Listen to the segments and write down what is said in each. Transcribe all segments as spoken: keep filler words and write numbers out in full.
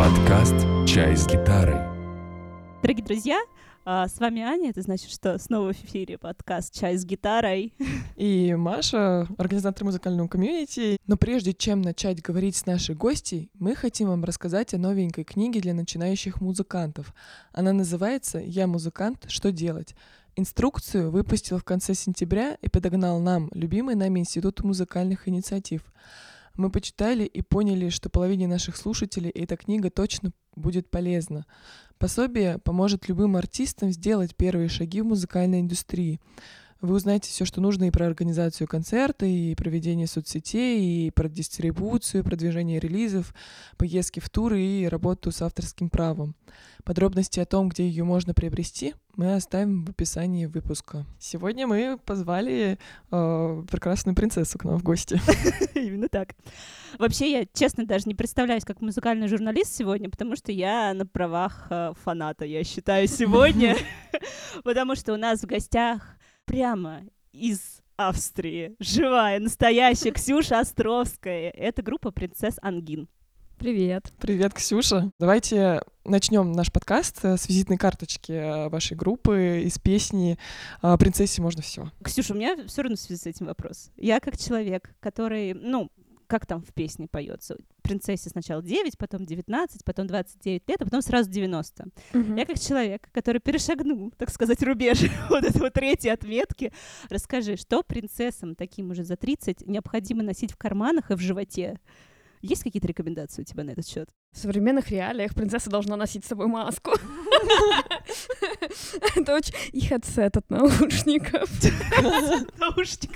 Подкаст «Чай с гитарой». Дорогие друзья, с вами Аня, это значит, что снова в эфире подкаст «Чай с гитарой». И Маша, организатор музыкального комьюнити. Но прежде чем начать говорить с нашей гостьей, мы хотим вам рассказать о новенькой книге для начинающих музыкантов. Она называется «Я музыкант. Что делать?». Инструкцию выпустил в конце сентября и подогнал нам любимый нами Институт музыкальных инициатив. Мы почитали и поняли, что половине наших слушателей эта книга точно будет полезна. Пособие поможет любым артистам сделать первые шаги в музыкальной индустрии. Вы узнаете все, что нужно и про организацию концерта, и проведение соцсетей, и про дистрибуцию, продвижение релизов, поездки в туры и работу с авторским правом. Подробности о том, где ее можно приобрести, мы оставим в описании выпуска. Сегодня мы позвали э, прекрасную принцессу к нам в гости. Именно так. Вообще, я, честно, даже не представляюсь как музыкальный журналист сегодня, потому что я на правах э, фаната, я считаю, сегодня, потому что у нас в гостях прямо из Австрии живая, настоящая Ксюша Островская. Это группа «Принцесс Ангин». Привет. Привет, Ксюша. Давайте начнем наш подкаст с визитной карточки вашей группы из песни «Принцессе можно все». Ксюша, у меня все равно в связи с этим вопрос. Я как человек, который, ну, как там в песне поется, принцессе сначала девять, потом девятнадцать, потом двадцать девять лет, а потом сразу девяносто. Uh-huh. Я как человек, который перешагнул, так сказать, рубеж вот этой вот третьей отметки, расскажи, что принцессам таким уже за тридцать необходимо носить в карманах и в животе? Есть какие-то рекомендации у тебя на этот счет? В современных реалиях принцесса должна носить с собой маску. Это очень... И хедсет от наушников. Наушников.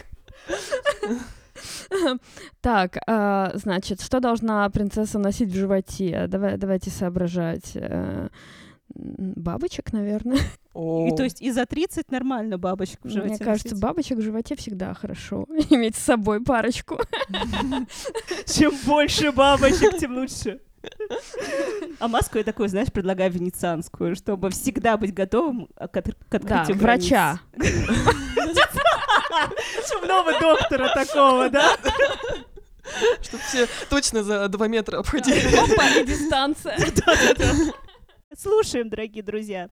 Так, значит, что должна принцесса носить в животе? Давайте соображать. Бабочек, наверное. И то есть и за тридцать нормально бабочек в животе? Мне кажется, носить? Бабочек в животе всегда хорошо. Иметь с собой парочку. Чем больше бабочек, тем лучше. А маску я такую, знаешь, предлагаю венецианскую, чтобы всегда быть готовым к, от- к открытию да, врача. Чумного доктора такого, да? Чтобы все точно за два метра обходили. Опа, и дистанция. Слушаем, дорогие друзья.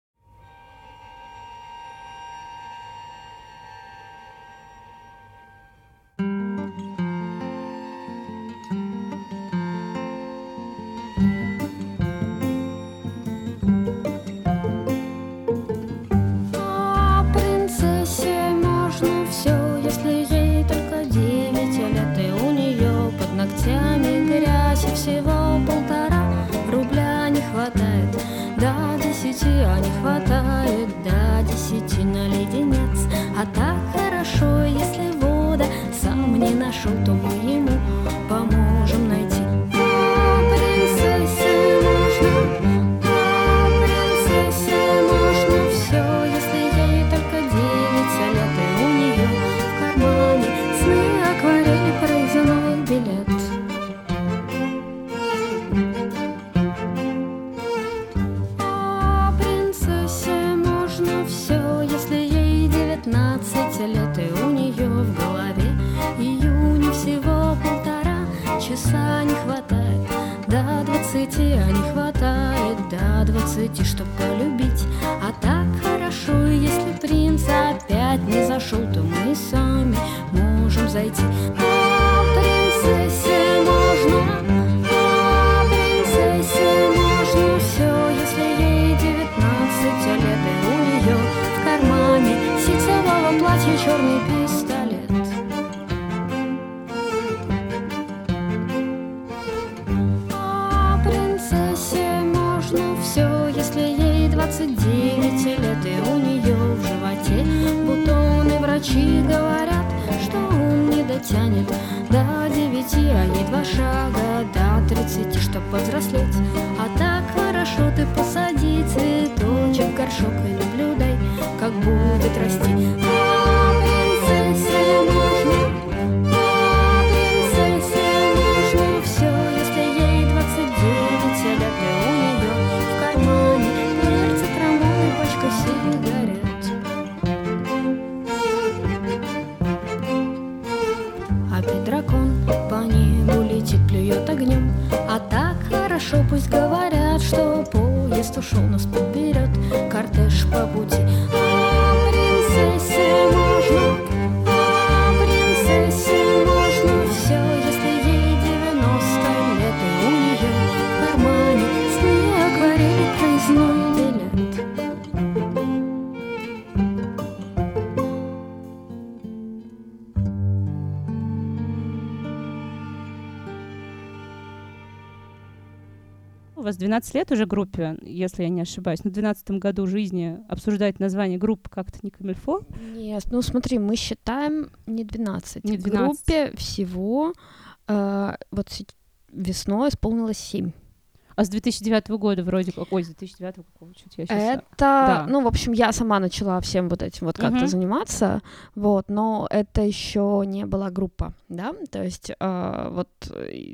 Всего полтора рубля не хватает до десяти, а не хватает до десяти на леденец. А так хорошо, если вода сам не нашел, то мы ему поможем найти. А принцессе можно, а принцессе можно все, если ей только девять лет, и у нее в кармане сны, акварель, проездной билет. Лет, и у нее в голове июня всего полтора часа не хватает до двадцати, а не хватает до двадцати, чтоб полюбить. А так хорошо, если принц опять не зашел, то мы сами можем зайти. А принцессе можно, а принцессе можно все, если ей девятнадцать лет, и у нее в кармане ситцевого платья черный пистолет. А принцессе можно все, если ей двадцать девять лет, и у нее в животе бутоны. Врачи говорят, что он не дотянет до девяти, а ей два шага до тридцати, чтоб повзрослеть. А так хорошо, ты посади цветочек в горшок и наблюдай, как будет расти. А принцессе можно, а принцессе можно все, если ей двадцать девять лет, и у нее в кармане дверца трамвая и пачка сигарет. Опять дракон по небу летит, плюет огнем. А так хорошо, пусть говорят, пути. О принцессе можно, о принцессе можно все, если ей девяносто лет, и у нее в кармане синий акварель проездной билет. У вас двенадцать лет уже группе, если я не ошибаюсь. На двенадцатом году жизни обсуждать название группы как-то не камильфо. Нет, ну смотри, мы считаем не двенадцать. Не двенадцать. Группе всего э, вот с- весной исполнилось семь. А с две тысячи девятого года вроде как... Ой, с две тысячи девятого какого? Чуть я сейчас... Это, да. ну, в общем, я сама начала всем вот этим вот как-то Мгм. заниматься, вот, но это еще не была группа, да, то есть э, вот э,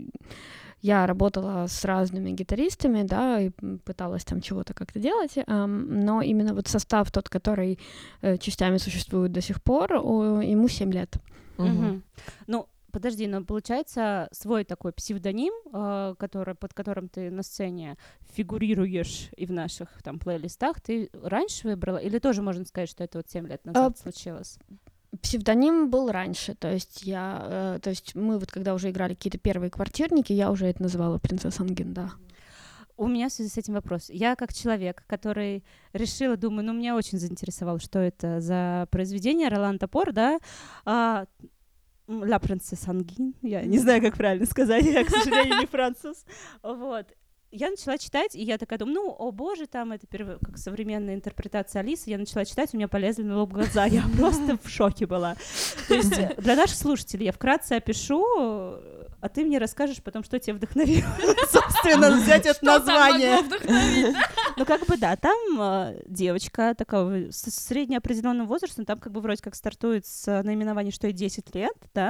я работала с разными гитаристами, да, и м, пыталась там чего-то как-то делать, эм, но именно вот состав тот, который э, частями существует до сих пор, о, ему семь лет. Мгм. Мгм. Ну, подожди, но получается свой такой псевдоним, э, который, под которым ты на сцене фигурируешь и в наших там плейлистах, ты раньше выбрала? Или тоже можно сказать, что это вот семь лет назад случилось? Псевдоним был раньше, то есть я, э, то есть мы вот когда уже играли какие-то первые квартирники, я уже это называла «Принцесса Ангин», да. У меня в связи с этим вопрос. Я как человек, который решила, думаю, ну, меня очень заинтересовало, что это за произведение, Ролан Топор, да, а, м, «Ла принцесса Ангин», я не знаю, как правильно сказать, я, к сожалению, не француз, вот. Я начала читать, и я такая думаю, ну, о боже, там это перв... как современная интерпретация Алисы. Я начала читать, у меня полезли на лоб глаза. Я просто в шоке была. То есть э, для наших слушателей я вкратце опишу, э, а ты мне расскажешь потом, что тебя вдохновило, собственно, взять это название. Ну, как бы, да, там э, девочка такого с среднеопределенным возрастом, там как бы вроде как стартует с наименования, что ей десять лет, да,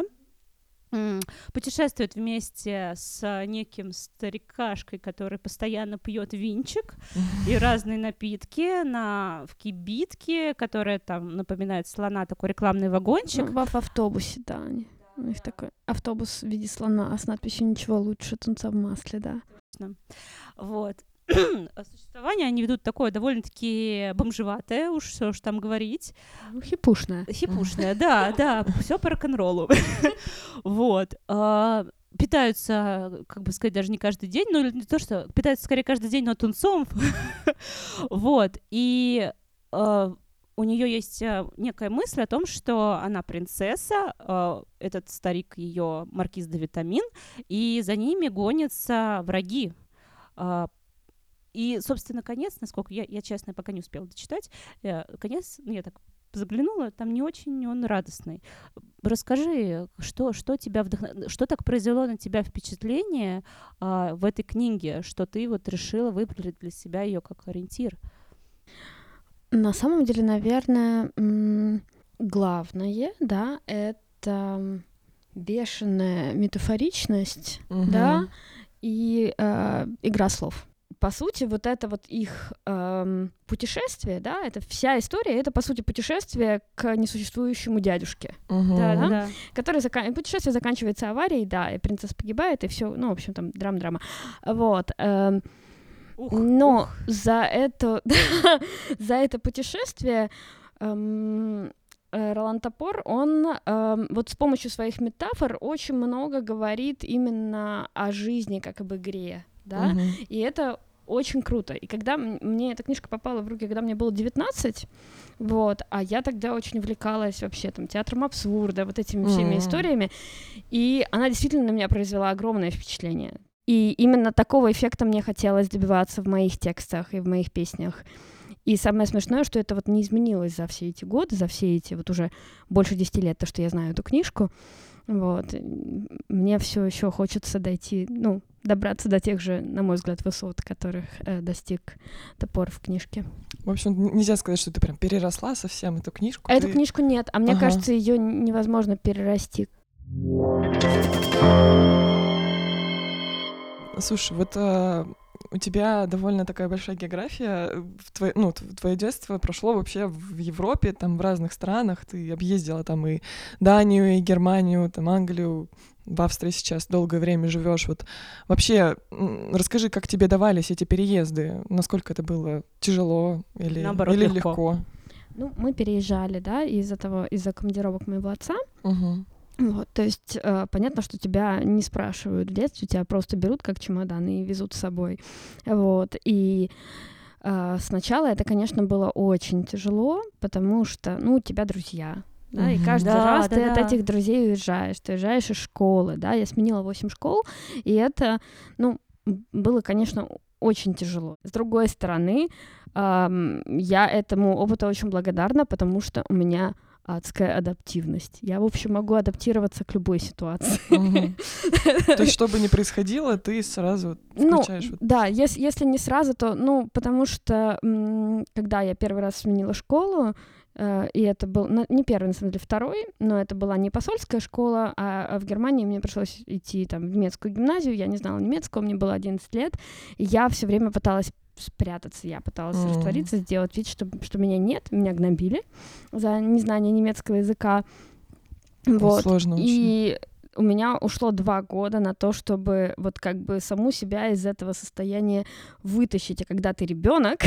м, путешествует вместе с неким старикашкой, который постоянно пьет винчик и разные напитки на, в кибитке, которая там напоминает слона, такой рекламный вагончик. Ну, в, в автобусе, да. они- У них такой автобус в виде слона с надписью «Ничего лучше тунца в масле», да. Вот. Существование они ведут такое довольно-таки бомжеватое, уж что ж там говорить. Ну, хипушная. Хипушное, да, да, все по рок-н-роллу. Вот. А, питаются, как бы сказать, даже не каждый день, ну, или не то, что питаются скорее каждый день, но тунцом. Вот. И а, у нее есть а, некая мысль о том, что она принцесса, а, этот старик ее маркиз де Витамин, и за ними гонятся враги. А, И, собственно, конец, насколько я, я честно, пока не успела дочитать, э, конец, ну, я так заглянула, там не очень он радостный. Расскажи, что, что тебя вдохно... что так произвело на тебя впечатление а, в этой книге, что ты вот решила выбрать для себя ее как ориентир? На самом деле, наверное, м, главное, да, это бешеная метафоричность, Мгм. да, и э, игра слов. По сути, вот это вот их эм, путешествие, да, это вся история, это, по сути, путешествие к несуществующему дядюшке, Мгм. Да, да. да. который зака- путешествие заканчивается аварией, да, и принцесса погибает, и все, ну, в общем, там драма-драма. Вот. эм, Ух, Но ух. за это, за это путешествие эм, э, Ролан Топор, он эм, вот с помощью своих метафор очень много говорит именно о жизни как об игре, да, Мгм. и это очень круто. И когда м- мне эта книжка попала в руки, когда мне было девятнадцать, вот, а я тогда очень увлекалась вообще там театром абсурда, вот этими всеми Мгм. историями, и она действительно на меня произвела огромное впечатление. И именно такого эффекта мне хотелось добиваться в моих текстах и в моих песнях. И самое смешное, что это вот не изменилось за все эти годы, за все эти вот уже больше десяти лет, то, что я знаю эту книжку. Вот. М, Мне все еще хочется дойти, ну, добраться до тех же, на мой взгляд, высот, которых э, достиг Топор в книжке. В общем, н- нельзя сказать, что ты прям переросла совсем эту книжку. А эту ты- книжку нет, а мне Ага. кажется, ее невозможно перерасти. Слушай, вот а, у тебя довольно такая большая география. Твое, ну, твое детство прошло вообще в Европе, там в разных странах. Ты объездила там и Данию, и Германию, там Англию. В Австрии сейчас долгое время живешь. Вот вообще, расскажи, как тебе давались эти переезды? Насколько это было тяжело или, Наоборот, или легко. легко? Ну, мы переезжали, да, из-за того, из-за командировок моего отца. Угу. Вот, то есть э, понятно, что тебя не спрашивают в детстве, тебя просто берут как чемодан и везут с собой. Вот, и э, сначала это, конечно, было очень тяжело, потому что, ну, у тебя друзья, да, и Мгм. каждый Да, раз да, ты от да. этих друзей уезжаешь, ты уезжаешь из школы, да, я сменила восемь школ, и это, ну, было, конечно, очень тяжело. С другой стороны, эм, я этому опыту очень благодарна, потому что у меня адская адаптивность. Я, в общем, могу адаптироваться к любой ситуации. Мгм. То есть, что бы ни происходило, ты сразу Ну, включаешь... вот- да, если, если не сразу, то, ну, потому что, м, когда я первый раз сменила школу, э, и это был, ну, не первый, на самом деле, второй, но это была не посольская школа, а, а в Германии мне пришлось идти там в немецкую гимназию, я не знала немецкого, мне было одиннадцать лет, и я все время пыталась спрятаться, я пыталась Мгм. раствориться, сделать вид, что, что меня нет, меня гнобили за незнание немецкого языка. Вот. Сложно очень. И у меня ушло два года на то, чтобы вот как бы саму себя из этого состояния вытащить. А когда ты ребенок,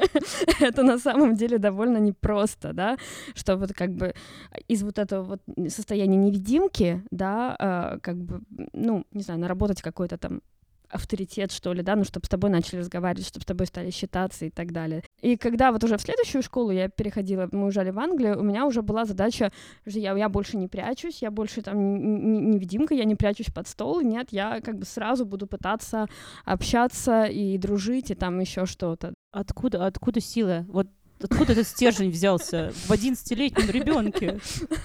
это на самом деле довольно непросто, да, что вот как бы из вот этого вот состояния невидимки, да, э, как бы, ну, не знаю, наработать какой-то там авторитет, что ли, да, ну, чтобы с тобой начали разговаривать, чтобы с тобой стали считаться и так далее. И когда вот уже в следующую школу я переходила, мы уезжали в Англию, у меня уже была задача, что я, я больше не прячусь, я больше там невидимка, я не прячусь под стол, нет, я как бы сразу буду пытаться общаться и дружить, и там еще что-то. Откуда, откуда сила? Вот откуда этот стержень взялся в одиннадцатилетнем ребенке?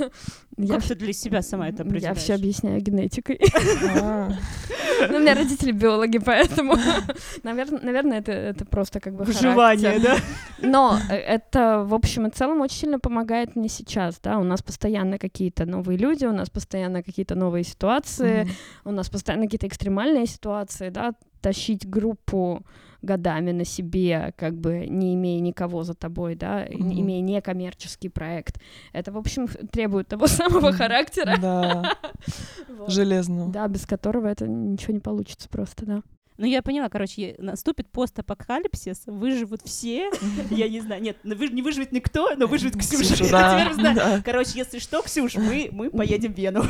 Я Как вс- ты для себя сама это Я определяешь? все объясняю генетикой. А, Ну, у меня родители биологи, поэтому, наверное, наверное, это, это просто как бы Выживание, характер. да? Но э, это, в общем и целом, очень сильно помогает мне сейчас, да, у нас постоянно какие-то новые люди, у нас постоянно какие-то новые ситуации, мгм. у нас постоянно какие-то экстремальные ситуации, да, тащить группу годами на себе, как бы не имея никого за тобой, да, и не Мгм. имея некоммерческий проект. Это, в общем, требует того самого характера. Да, Вот. железно. Да, без которого это ничего не получится просто, да. Ну, я поняла, короче, наступит постапокалипсис, выживут все, я не знаю, нет, ну, вы- не выживет никто, но выживет Ксюша. Ксюша, Я да, теперь знаю. да. Короче, если что, Ксюш, мы, мы поедем в Вену.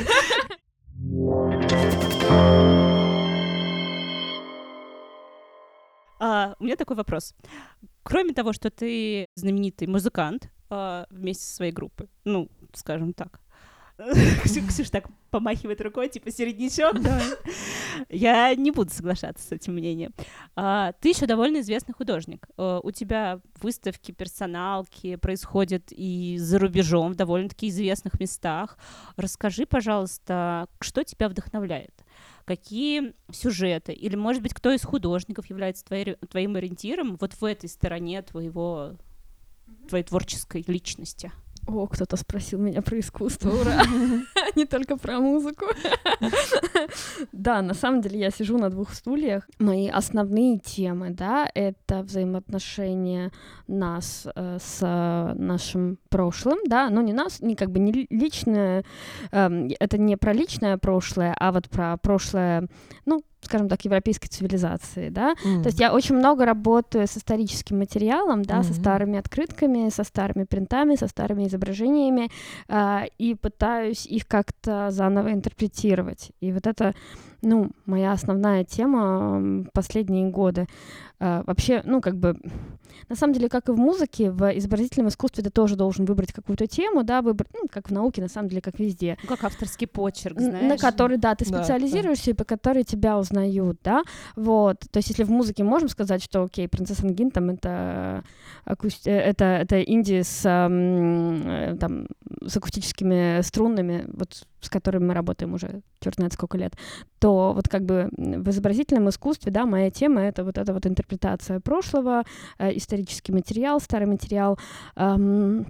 А, у меня такой вопрос. Кроме того, что ты знаменитый музыкант а, вместе со своей группой, ну, скажем так, Ксю- Ксюша так помахивает рукой, типа середнячок, да. Я не буду соглашаться с этим мнением. А, ты еще довольно известный художник. А, у тебя выставки, персоналки происходят и за рубежом, в довольно-таки известных местах. Расскажи, пожалуйста, что тебя вдохновляет? Какие сюжеты? Или, может быть, кто из художников является твоей- твоим ориентиром вот в этой стороне твоего, твоей творческой личности? О, кто-то спросил меня про искусство, ура! Не только про музыку. Да, на самом деле я сижу на двух стульях. Мои основные темы, да, это взаимоотношения нас э, с э, нашим прошлым, да, но не нас, не как бы не ли- личное, эм, это не про личное прошлое, а вот про прошлое, ну, скажем так, европейской цивилизации, да. М. То есть я очень много работаю с историческим материалом, да, со Мгм. старыми открытками, со старыми принтами, со старыми изображениями, а, и пытаюсь их как-то заново интерпретировать. И вот это, ну, моя основная тема м, последние годы. А, вообще, ну, как бы, на самом деле, как и в музыке, в изобразительном искусстве ты тоже должен выбрать какую-то тему, да, выбрать, ну, как в науке, на самом деле, как везде. Ну, как авторский почерк, Н- знаешь? на который, да, ты Да, да. специализируешься, и по которой тебя узнают, да, вот, то есть если в музыке можем сказать, что, окей, «Принцесса Нгин» там это, акус- э, это, это инди с, ам, э, там, с акустическими струнами, вот, с которыми мы работаем уже черт знает сколько лет, то вот как бы в изобразительном искусстве, да, моя тема — это вот эта вот интерпретация прошлого, э, исторический материал, старый материал, ам,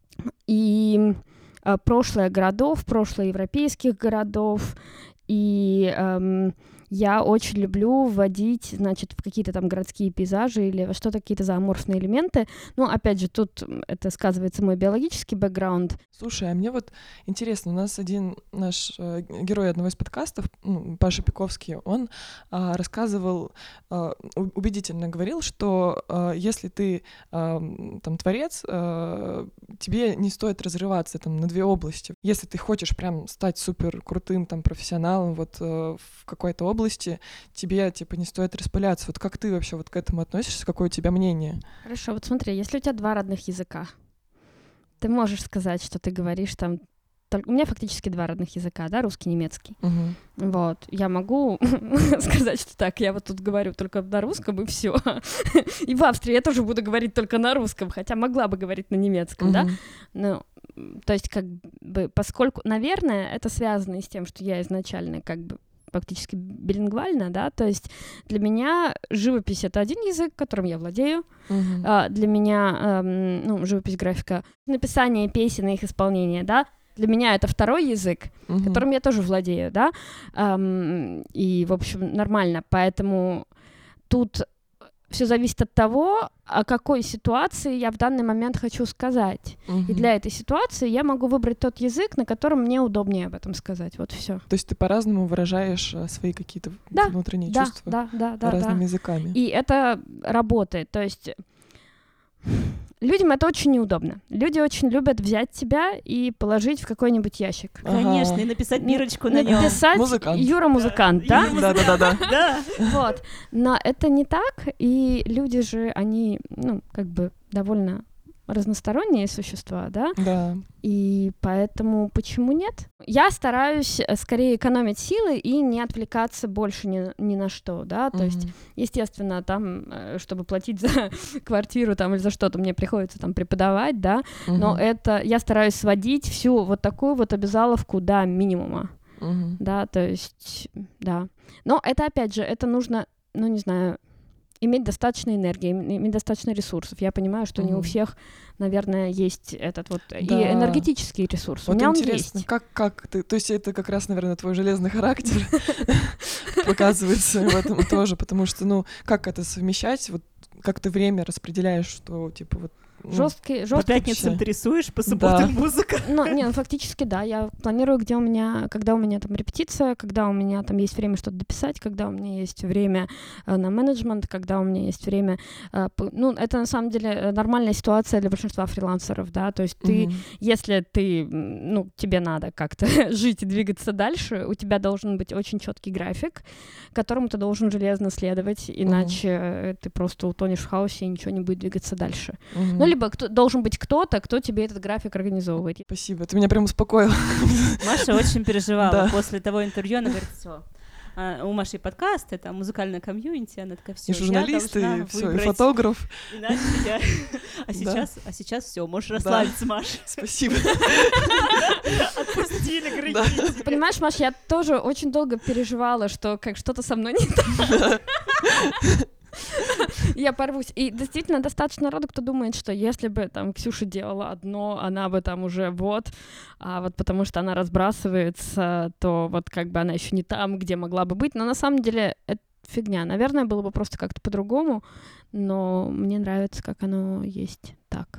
и э, прошлое городов, прошлое европейских городов, и эм, Я очень люблю вводить, значит, в какие-то там городские пейзажи или во что-то какие-то зооморфные элементы. Ну, опять же, тут это сказывается мой биологический бэкграунд. Слушай, а мне вот интересно, у нас один наш э, герой одного из подкастов, ну, Паша Пиковский, он э, рассказывал, э, убедительно говорил, что э, если ты э, там творец, э, тебе не стоит разрываться там на две области. Если ты хочешь прям стать супер крутым там профессионалом вот э, в какой-то области, тебе типа не стоит распыляться. Вот как ты вообще вот к этому относишься? Какое у тебя мнение? Хорошо, вот смотри, если у тебя два родных языка, ты можешь сказать, что ты говоришь там... Только... У меня фактически два родных языка, да, русский и немецкий. Угу. Вот, я могу сказать, что так, я вот тут говорю только на русском, и все. И в Австрии я тоже буду говорить только на русском, хотя могла бы говорить на немецком, да? Ну, то есть как бы, поскольку, наверное, это связано и с тем, что я изначально как бы фактически билингвальна, да, то есть для меня живопись — это один язык, которым я владею, Uh-huh. а, для меня, эм, ну, живопись, графика, написание песен и их исполнение, да, для меня это второй язык, Uh-huh. которым я тоже владею, да, эм, и, в общем, нормально, поэтому тут все зависит от того, о какой ситуации я в данный момент хочу сказать. Uh-huh. И для этой ситуации я могу выбрать тот язык, на котором мне удобнее об этом сказать. Вот все. То есть ты по-разному выражаешь а, свои какие-то Да, внутренние Да, чувства да, да, да, разными да. языками. И это работает. То есть людям это очень неудобно. Люди очень любят взять тебя и положить в какой-нибудь ящик. Ага. Конечно, и написать бирочку на нем. Написать Музыкант. Юра музыкант, да? Да-да-да. Да. Вот. Но это не так, и люди же, они, ну, как бы довольно разносторонние существа, да? Да. И поэтому почему нет? Я стараюсь э, скорее экономить силы и не отвлекаться больше ни, ни на что, да, то Мгм. есть, естественно, там, э, чтобы платить за квартиру там или за что-то, мне приходится там преподавать, да, но Мгм. это я стараюсь сводить всю вот такую вот обязаловку до минимума, Мгм. да, то есть, да. Но это, опять же, это нужно, ну, не знаю, иметь достаточно энергии, им- иметь достаточно ресурсов. Я понимаю, что не у Мгм. всеь, наверное, есть этот вот и Да. энергетический ресурс. Вот у меня он интересно, есть. как, как ты, то есть это как раз, наверное, твой железный характер показывается в этом тоже, потому что, ну, как это совмещать, вот как ты время распределяешь, что, типа, вот... ну, Жесткий, По жесткий. пятницам вообще. ты рисуешь, по Да. субботам музыка. Ну, не, ну, фактически, да. Я планирую, где у меня, когда у меня там репетиция, когда у меня там есть время что-то дописать, когда у меня есть время э, на менеджмент, когда у меня есть время... э, п- ну, это на самом деле э, нормальная ситуация для большинства фрилансеров, да, то есть ты, мгм. если ты, м, ну, тебе надо как-то жить и двигаться дальше, у тебя должен быть очень четкий график, которому ты должен железно следовать, иначе э, ты просто утонешь в хаосе и ничего не будет двигаться дальше. Мгм. Ну, либо кто, должен быть кто-то, кто тебе этот график организовывает. Спасибо, ты меня прям успокоил. Маша очень переживала Да. после того интервью. Она говорит, все. У Маши подкаст, это музыкальная комьюнити, она такая, все, И журналисты, я и должна все, и выбрать, фотограф. иначе я... А Да. сейчас, а сейчас все, можешь Да. расслабиться, Маша. Спасибо. Отпустили грехи Да. тебе. Понимаешь, Маш, я тоже очень долго переживала, что как что-то со мной не так. Я порвусь. И действительно достаточно народу, кто думает, что если бы там Ксюша делала одно, она бы там уже вот, а вот потому что она разбрасывается, то вот как бы она еще не там, где могла бы быть. Но на самом деле это фигня. Наверное, было бы просто как-то по-другому, но мне нравится, как оно есть так.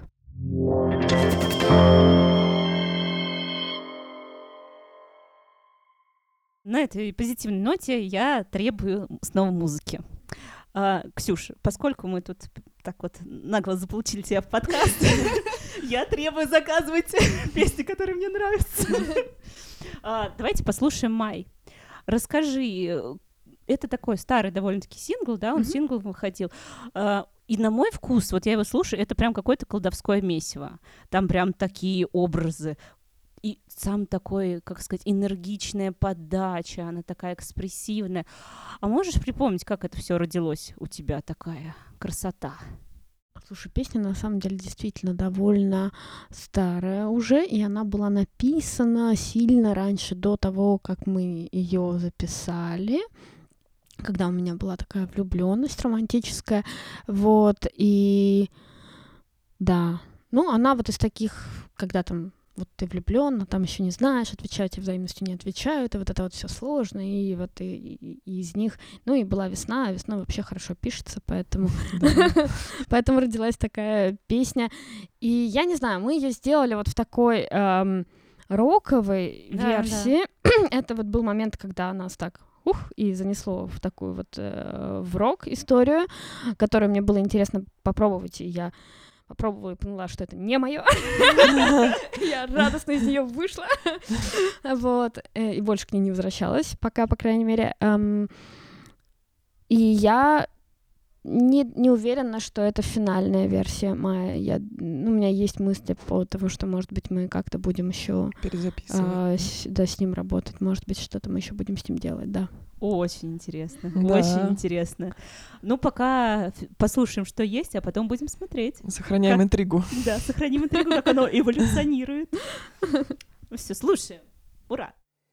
На этой позитивной ноте я требую снова музыки. А, Ксюша, поскольку мы тут так вот нагло заполучили тебя в подкаст, я требую заказывать песни, которые мне нравятся. А, Давайте послушаем «Май». Расскажи, это такой старый довольно-таки сингл, да, он Мгм. сингл выходил. А, И на мой вкус, вот я его слушаю, это прям какое-то колдовское месиво. Там прям такие образы. И сам такой, как сказать, энергичная подача, она такая экспрессивная. А можешь припомнить, как это все родилось у тебя, такая красота? Слушай, песня на самом деле действительно довольно старая уже, и она была написана сильно раньше, до того, как мы ее записали, когда у меня была такая влюбленность романтическая, вот, и да, ну, она вот из таких, когда там вот ты влюблён, но там еще не знаешь, отвечают тебе взаимностью, не отвечают, и вот это вот все сложно, и вот и, и, и из них, ну и была весна, а весна вообще хорошо пишется, поэтому, поэтому родилась такая песня, и я не знаю, мы ее сделали вот в такой роковой версии, это вот был момент, когда нас так ух, и занесло в такую вот э, в рок историю, которую мне было интересно попробовать, и я попробовала и поняла, что это не моё. Я радостно из неё вышла. Вот. И больше к ней не возвращалась, пока, по крайней мере. И я не, не уверена, что это финальная версия моя. Я, ну, у меня есть мысли по тому, что, может быть, мы как-то будем еще перезаписывать. А, с, да, с ним работать. Может быть, что-то мы еще будем с ним делать, да. Очень интересно, да. очень интересно. Ну, пока послушаем, что есть, а потом будем смотреть. Сохраняем как... интригу. Да, сохраним интригу, как оно эволюционирует. Ну все, слушаем. Ура!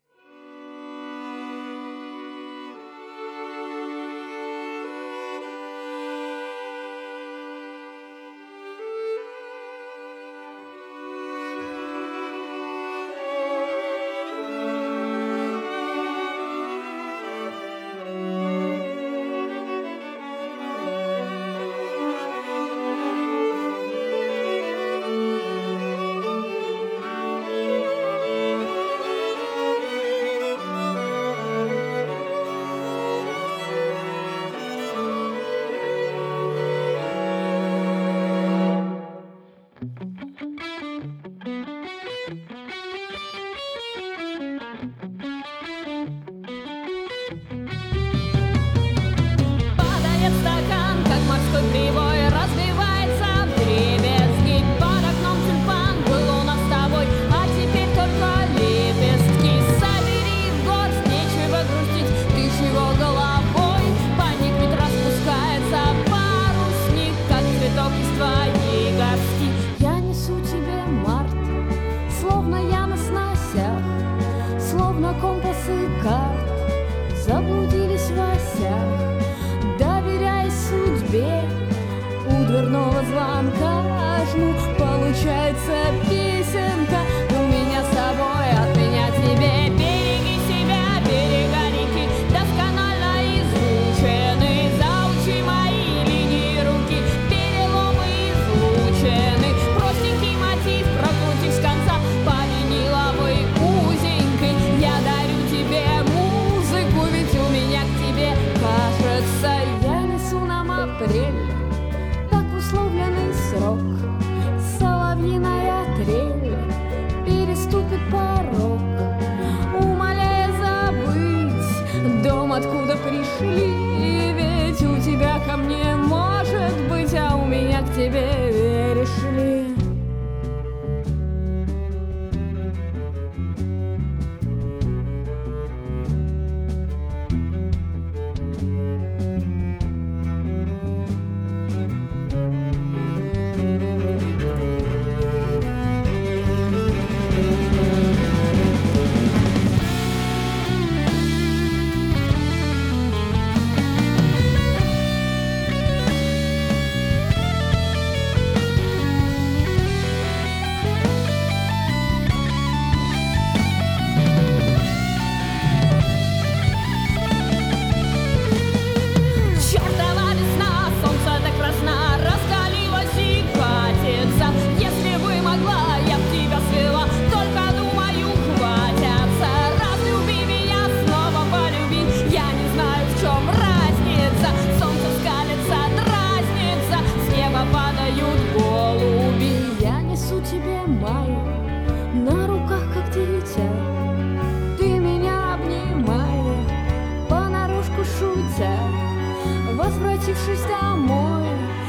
Возвратившись домой,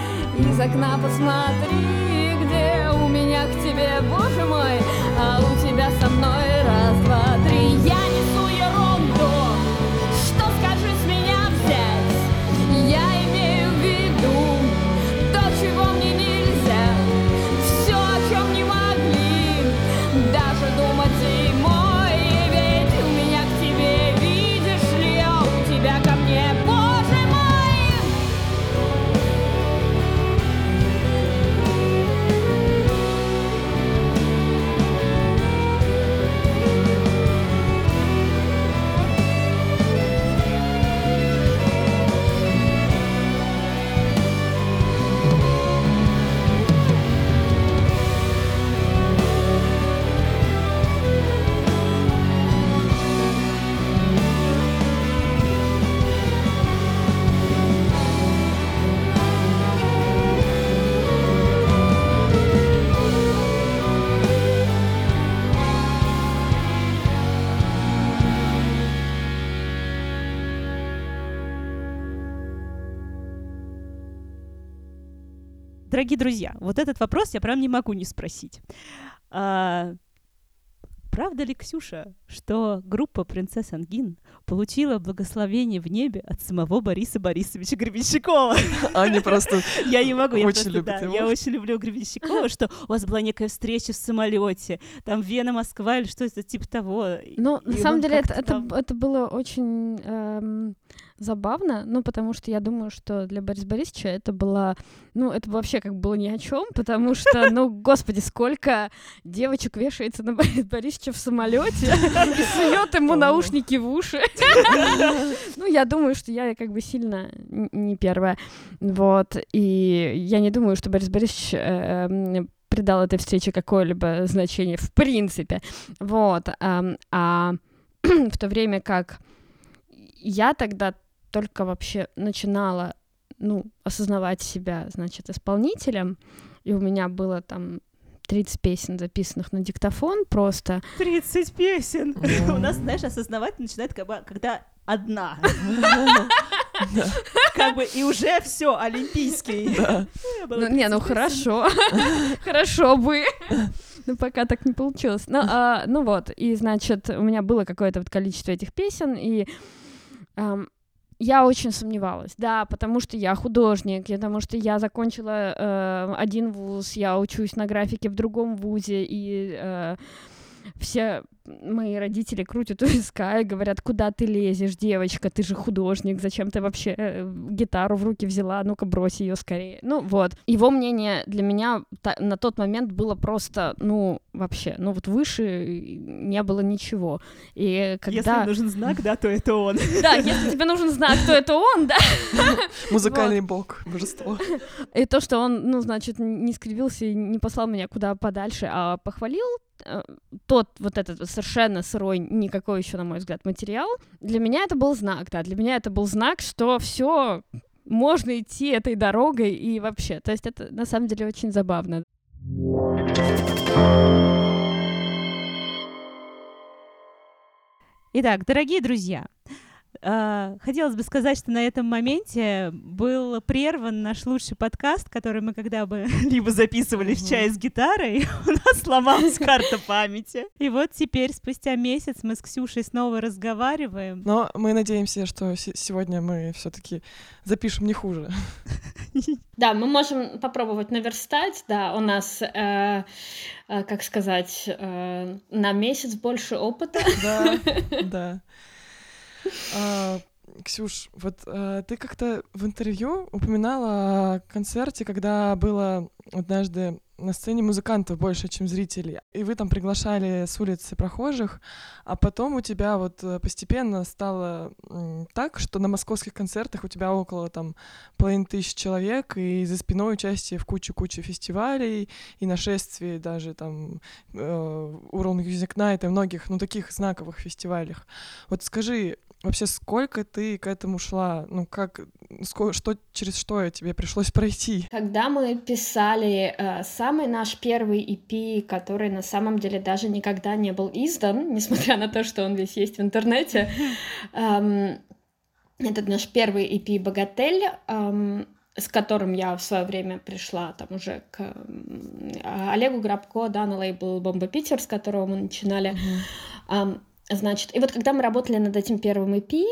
из окна посмотри, где у меня к тебе, боже мой, а у тебя со мной раз, два, три. Я несу ерунду, что скажи с меня взять? Я имею в виду то, чего мне нельзя, все, о чем не могли даже думать зимой. Ведь у меня к тебе, видишь ли, а у тебя ко мне, боже мой. дорогие друзья, вот этот вопрос я прям не могу не спросить. А, правда ли, Ксюша, что группа «Принцесс Ангин» получила благословение в небе от самого Бориса Борисовича Гребенщикова? Они просто Я не могу, я очень просто, любят да, его. я очень люблю Гребенщикова, что у вас была некая встреча в самолете, там Вена-Москва или что-то типа того. Ну, И на самом он деле, это, как-то это, там- это было очень эм, забавно, ну, потому что я думаю, что для Бориса Борисовича это было, ну, это вообще как было ни о чем, потому что, ну, господи, сколько девочек вешается на Бориса Борисовича в самолете и сует ему наушники в уши. Ну, я думаю, что я как бы сильно н- не первая. Вот. И я не думаю, что Борис Борисович э, м, придал этой встрече какое-либо значение в принципе. Вот. ам, А в то время как я тогда только вообще начинала, ну, осознавать себя, значит, исполнителем, и у меня было там тридцать песен, записанных на диктофон просто. тридцать песен. Мгм. У нас, знаешь, осознавать начинает, как бы, когда одна. Как бы и уже все олимпийский. Да. Ну, не, ну хорошо. Хорошо бы. Ну, пока так не получилось. Ну, а, ну вот, и, значит, у меня было какое-то вот количество этих песен, и ам, я очень сомневалась, да, потому что я художник, и потому что я закончила э, один вуз, я учусь на графике в другом вузе, и э, все мои родители крутят у виска и говорят, куда ты лезешь, девочка, ты же художник, зачем ты вообще э, гитару в руки взяла, ну-ка брось ее скорее. Ну вот, его мнение для меня та- на тот момент было просто, ну, вообще, ну вот выше не было ничего. И когда... Если нужен знак, да, то это он. Да, если тебе нужен знак, то это он, да. Музыкальный бог, божество. И то, что он, ну, значит, не скривился и не послал меня куда подальше, а похвалил э, тот вот этот совершенно сырой, никакой еще, на мой взгляд, материал, для меня это был знак, да, для меня это был знак, что все можно идти этой дорогой и вообще, то есть это на самом деле очень забавно. Итак, дорогие друзья, э, хотелось бы сказать, что на этом моменте был прерван наш лучший подкаст, который мы когда бы либо записывали в Мгм. чае с гитарой, у нас сломалась карта памяти. И вот теперь, спустя месяц, мы с Ксюшей снова разговариваем. Но мы надеемся, что се- сегодня мы все-таки запишем не хуже. Да, мы можем попробовать наверстать, да, у нас, э, э, как сказать, э, на месяц больше опыта. Да, да. А, Ксюш, вот а, ты как-то в интервью упоминала о концерте, когда было однажды на сцене музыкантов больше, чем зрителей, и вы там приглашали с улицы прохожих, а потом у тебя вот э, постепенно стало м, так, что на московских концертах у тебя около там половины тысячи человек, и за спиной участие в куче-куче фестивалей и нашествий даже там э, Ural Music Night и многих, ну, таких знаковых фестивалях. Вот скажи, вообще, сколько ты к этому шла? Ну, как, ско- что, через что тебе пришлось пройти? Когда мы писали э, самый наш первый и пи, который на самом деле даже никогда не был издан, несмотря на то, что он весь есть в интернете, эм, этот наш первый и пи «Богатель», эм, с которым я в свое время пришла там уже к м, Олегу Грабко, да, на лейбл «Бомба Питер», с которого мы начинали. Эм, значит, и вот когда мы работали над этим первым и пи,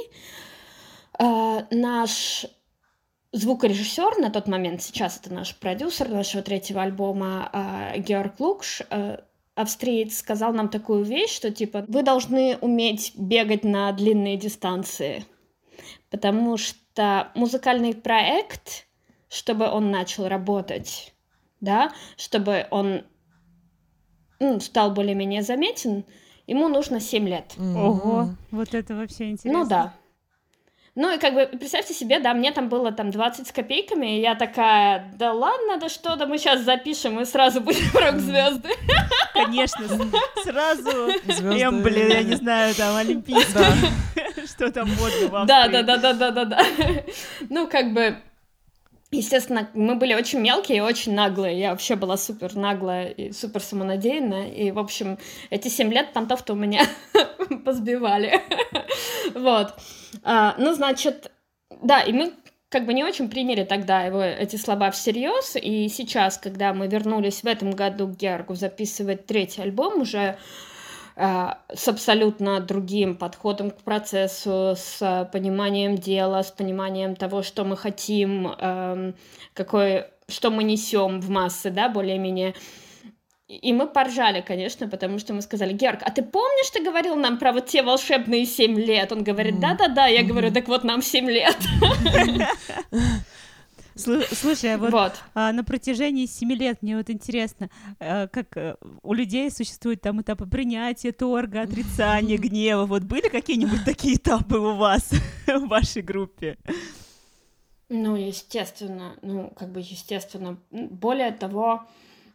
э, наш звукорежиссер на тот момент, сейчас это наш продюсер нашего третьего альбома, э, Георг Лукш, э, австриец, сказал нам такую вещь, что типа вы должны уметь бегать на длинные дистанции, потому что музыкальный проект, чтобы он начал работать, да, чтобы он ну, стал более-менее заметен, ему нужно семь лет. Ого, вот это вообще интересно. Ну да. Ну и как бы, представьте себе, да, мне там было там двадцать с копейками, и я такая, да ладно, да что, да мы сейчас запишем, и сразу будем рок-звезды. Конечно, с- сразу Звёзды. эмблем, я не знаю, там, олимпийские, что там модно в Да, Австрии. да, да, да, да, да, да. Ну, как бы, естественно, мы были очень мелкие и очень наглые. Я вообще была супер наглая и супер самонадеянная. И, в общем, эти семь лет понтов-то у меня позбивали. Вот. А, ну, значит, да, и мы как бы не очень приняли тогда его эти слова всерьез, и сейчас, когда мы вернулись в этом году к Георгу записывать третий альбом, уже э, с абсолютно другим подходом к процессу, с пониманием дела, с пониманием того, что мы хотим, э, какой, что мы несем в массы, да, более-менее. И мы поржали, конечно, потому что мы сказали: Георг, а ты помнишь, ты говорил нам про вот те волшебные семь лет? Он говорит: да-да-да. Я говорю: так вот нам семь лет. Слушай, а вот, вот. А, на протяжении семи лет мне вот интересно, а, как а, у людей существуют там этапы принятия, торга, отрицания, гнева. Вот были какие-нибудь такие этапы у вас, в вашей группе? Ну, естественно, ну, как бы естественно. Более того,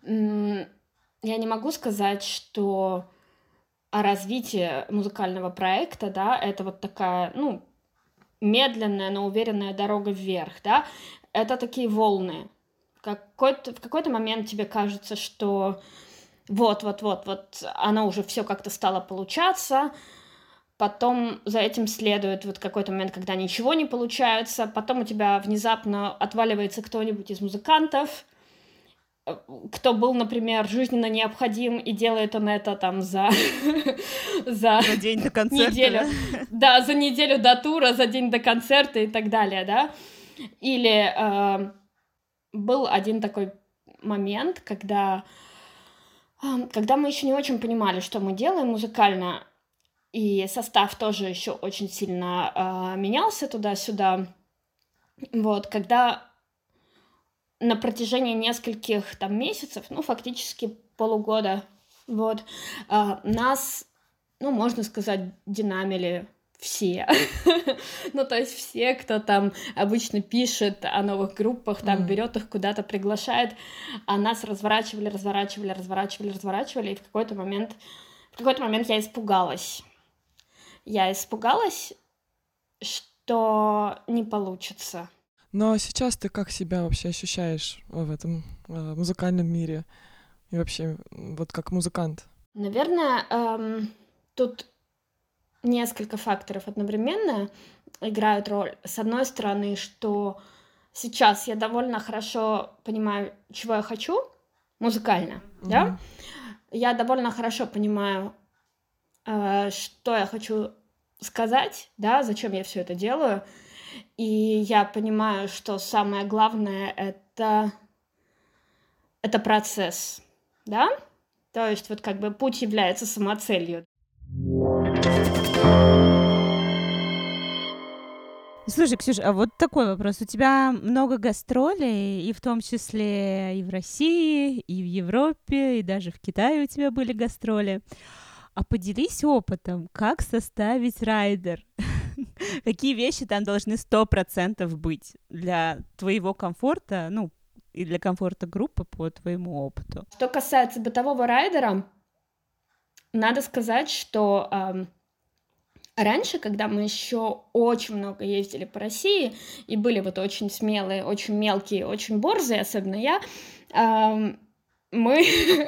я не могу сказать, что развитие музыкального проекта, да, это вот такая, ну, медленная, но уверенная дорога вверх, да, это такие волны. Какой-то, в какой-то момент тебе кажется, что вот-вот-вот-вот оно уже все как-то стало получаться, потом за этим следует вот какой-то момент, когда ничего не получается, потом у тебя внезапно отваливается кто-нибудь из музыкантов, кто был, например, жизненно необходим, и делает он это там за... за день до концерта, неделю. Да? да, за неделю до тура, за день до концерта и так далее, да. Или э, был один такой момент, когда, э, когда мы еще не очень понимали, что мы делаем музыкально, и состав тоже еще очень сильно э, менялся туда-сюда. Вот, когда на протяжении нескольких там месяцев, ну, фактически полугода, вот, э, нас, ну, можно сказать, динамили все. Ну, то есть все, кто там обычно пишет о новых группах, там берет их куда-то, приглашает, а нас разворачивали, разворачивали, разворачивали, разворачивали, и в какой-то момент, в какой-то момент я испугалась. Я испугалась, что не получится. Но сейчас ты как себя вообще ощущаешь в этом э, музыкальном мире и вообще вот как музыкант? Наверное, эм, тут несколько факторов одновременно играют роль. С одной стороны, что сейчас я довольно хорошо понимаю, чего я хочу музыкально, mm-hmm. да? Я довольно хорошо понимаю, э, что я хочу сказать, да, зачем я все это делаю. И я понимаю, что самое главное — это, это процесс, да? То есть вот как бы путь является самоцелью. Слушай, Ксюша, а вот такой вопрос. У тебя много гастролей, и в том числе и в России, и в Европе, и даже в Китае у тебя были гастроли. А поделись опытом, как составить райдер? Какие вещи там должны сто процентов быть для твоего комфорта, ну, и для комфорта группы по твоему опыту? Что касается бытового райдера, надо сказать, что эм, раньше, когда мы еще очень много ездили по России и были вот очень смелые, очень мелкие, очень борзые, особенно я, эм, мы...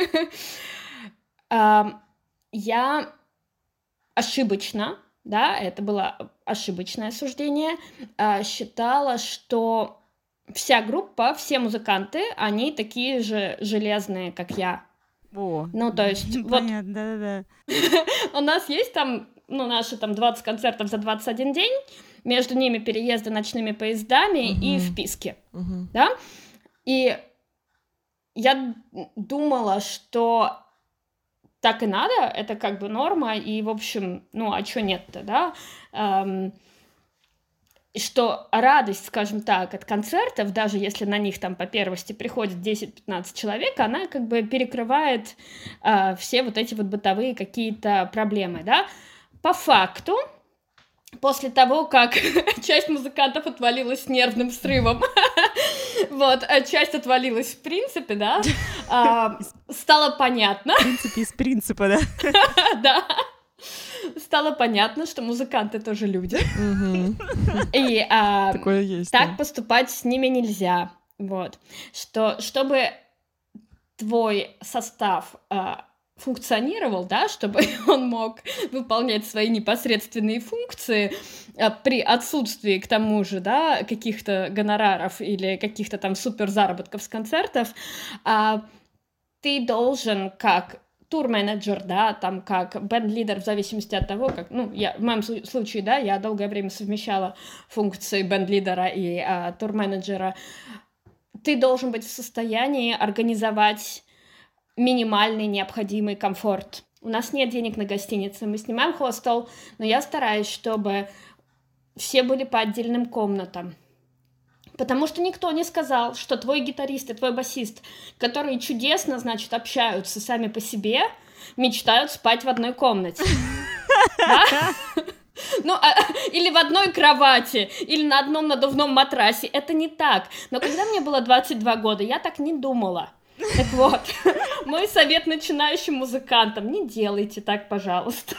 Я ошибочно, да, это было ошибочное суждение, считала, что вся группа, все музыканты, они такие же железные, как я. О, ну, то есть, понятно, вот да-да-да. У нас есть там, ну, наши там двадцать концертов за двадцать один день, между ними переезды ночными поездами угу. и вписки, угу. да, и я думала, что так и надо, это как бы норма, и, в общем, ну, а чё нет-то, да? Эм, что радость, скажем так, от концертов, даже если на них там по первости приходит десять-пятнадцать человек, она как бы перекрывает э, все вот эти вот бытовые какие-то проблемы, да? По факту, после того, как часть музыкантов отвалилась с нервным срывом, вот, а часть отвалилась в принципе, да, а, стало понятно. В принципе, из принципа, да? Да. Стало понятно, что музыканты тоже люди. И а, такое есть, так да. поступать с ними нельзя. Вот. Что, чтобы твой состав а, функционировал, да, чтобы он мог выполнять свои непосредственные функции а, при отсутствии, к тому же, да, каких-то гонораров или каких-то там суперзаработков с концертов, а, ты должен как тур-менеджер, да, там как бенд-лидер, в зависимости от того, как, ну, я, в моем случае, да, я долгое время совмещала функции бенд-лидера и а, тур-менеджера, ты должен быть в состоянии организовать минимальный необходимый комфорт. У нас нет денег на гостиницы, мы снимаем хостел, но я стараюсь, чтобы все были по отдельным комнатам. Потому что никто не сказал, что твой гитарист и твой басист, которые чудесно, значит, общаются сами по себе, мечтают спать в одной комнате. Ну, а, или в одной кровати, или на одном надувном матрасе. Это не так. Но когда мне было двадцать два года, я так не думала. Так вот, мой совет начинающим музыкантам: не делайте так, пожалуйста.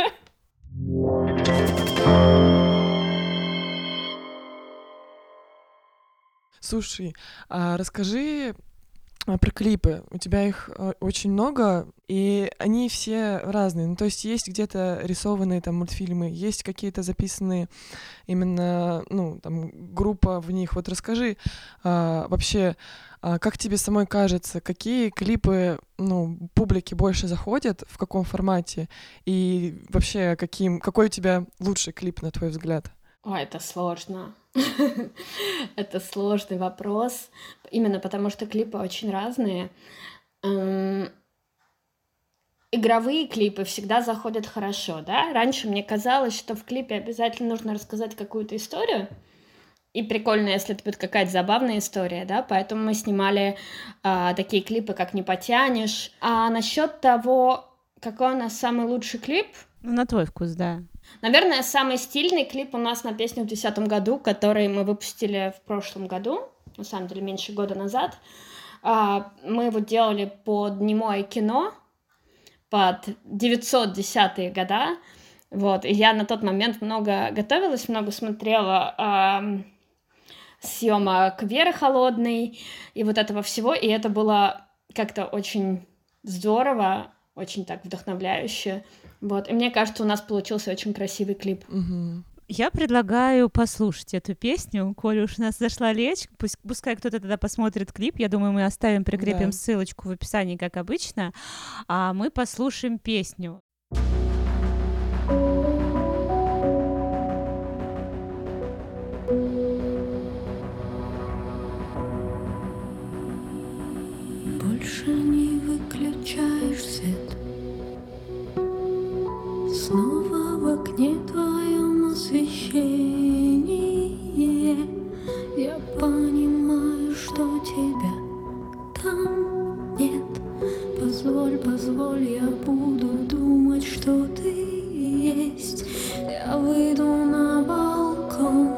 Слушай, а расскажи про клипы. У тебя их очень много, и они все разные. Ну, то есть есть где-то рисованные там мультфильмы, есть какие-то записанные именно, ну, там, группа в них. Вот расскажи а, вообще, а, как тебе самой кажется, какие клипы, ну, публике больше заходят, в каком формате, и вообще, каким, какой у тебя лучший клип, на твой взгляд? Ой, это сложно. Это сложный вопрос, именно потому что клипы очень разные. Эм, игровые клипы всегда заходят хорошо, да? Раньше мне казалось, что в клипе обязательно нужно рассказать какую-то историю, и прикольно, если это будет какая-то забавная история, да? Поэтому мы снимали э, такие клипы, как «Не потянешь». А насчет того, какой у нас самый лучший клип... Ну, на твой вкус, да. Наверное, самый стильный клип у нас на песню в десятом году, который мы выпустили в прошлом году, на самом деле меньше года назад. Мы его делали под немое кино, под девятьсот десятые года. Вот. И я на тот момент много готовилась, много смотрела э, съемок Веры Холодной и вот этого всего. И это было как-то очень здорово, очень так вдохновляюще. Вот. И мне кажется, у нас получился очень красивый клип. Угу. Я предлагаю послушать эту песню, коли уж у нас зашла речь. Пусть, пускай кто-то тогда посмотрит клип. Я думаю, мы оставим, прикрепим да. ссылочку в описании, как обычно. А мы послушаем песню. Больше не выключаешь свет. Снова в окне твоем освещение. Я понимаю, что тебя там нет. Позволь, позволь, я буду думать, что ты есть. Я выйду на балкон.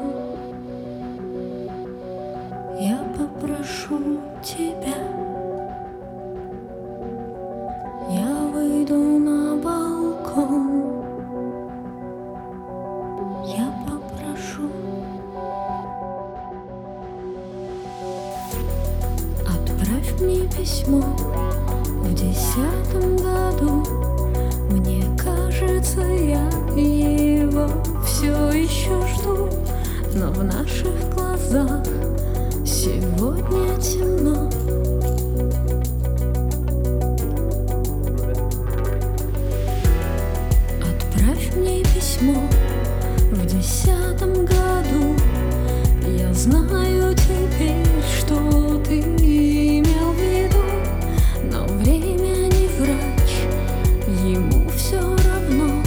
Я попрошу тебя. Я выйду на балкон. Я попрошу. Отправь мне письмо в десятом году. Мне кажется, я его все еще жду. Но в наших глазах сегодня темно. Отправь мне письмо в десятом году. Я знаю теперь, что ты имел в виду, но время не врач, ему все равно.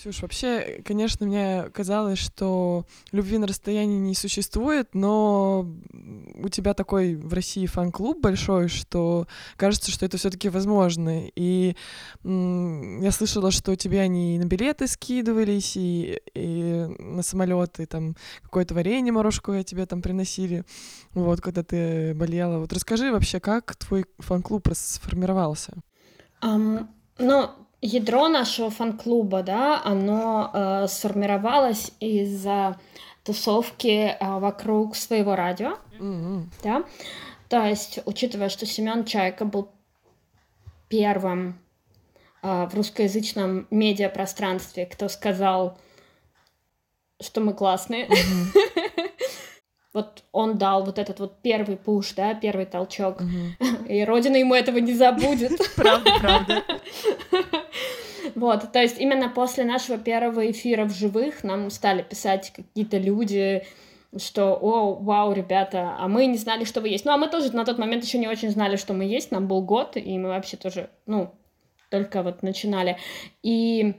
Ксюш, вообще, конечно, мне казалось, что любви на расстоянии не существует, но у тебя такой в России фан-клуб большой, что кажется, что это все-таки возможно. И м- я слышала, что тебе они и на билеты скидывались, и, и на самолеты, там какое-то варенье морожковое тебе там приносили, вот, когда ты болела. Вот расскажи вообще, как твой фан-клуб сформировался? Um, ну, ядро нашего фан-клуба, да, оно э, сформировалось из-за тусовки э, вокруг своего радио, Mm-hmm. да, то есть, учитывая, что Семен Чайка был первым э, в русскоязычном медиапространстве, кто сказал, что мы классные, Mm-hmm. вот он дал вот этот вот первый пуш, да, первый толчок, Mm-hmm. и Родина ему этого не забудет. Правда, правда. Вот, то есть именно после нашего первого эфира в живых нам стали писать какие-то люди, что, о, вау, ребята, а мы не знали, что вы есть. Ну, а мы тоже на тот момент еще не очень знали, что мы есть, нам был год, и мы вообще тоже, ну, только вот начинали. И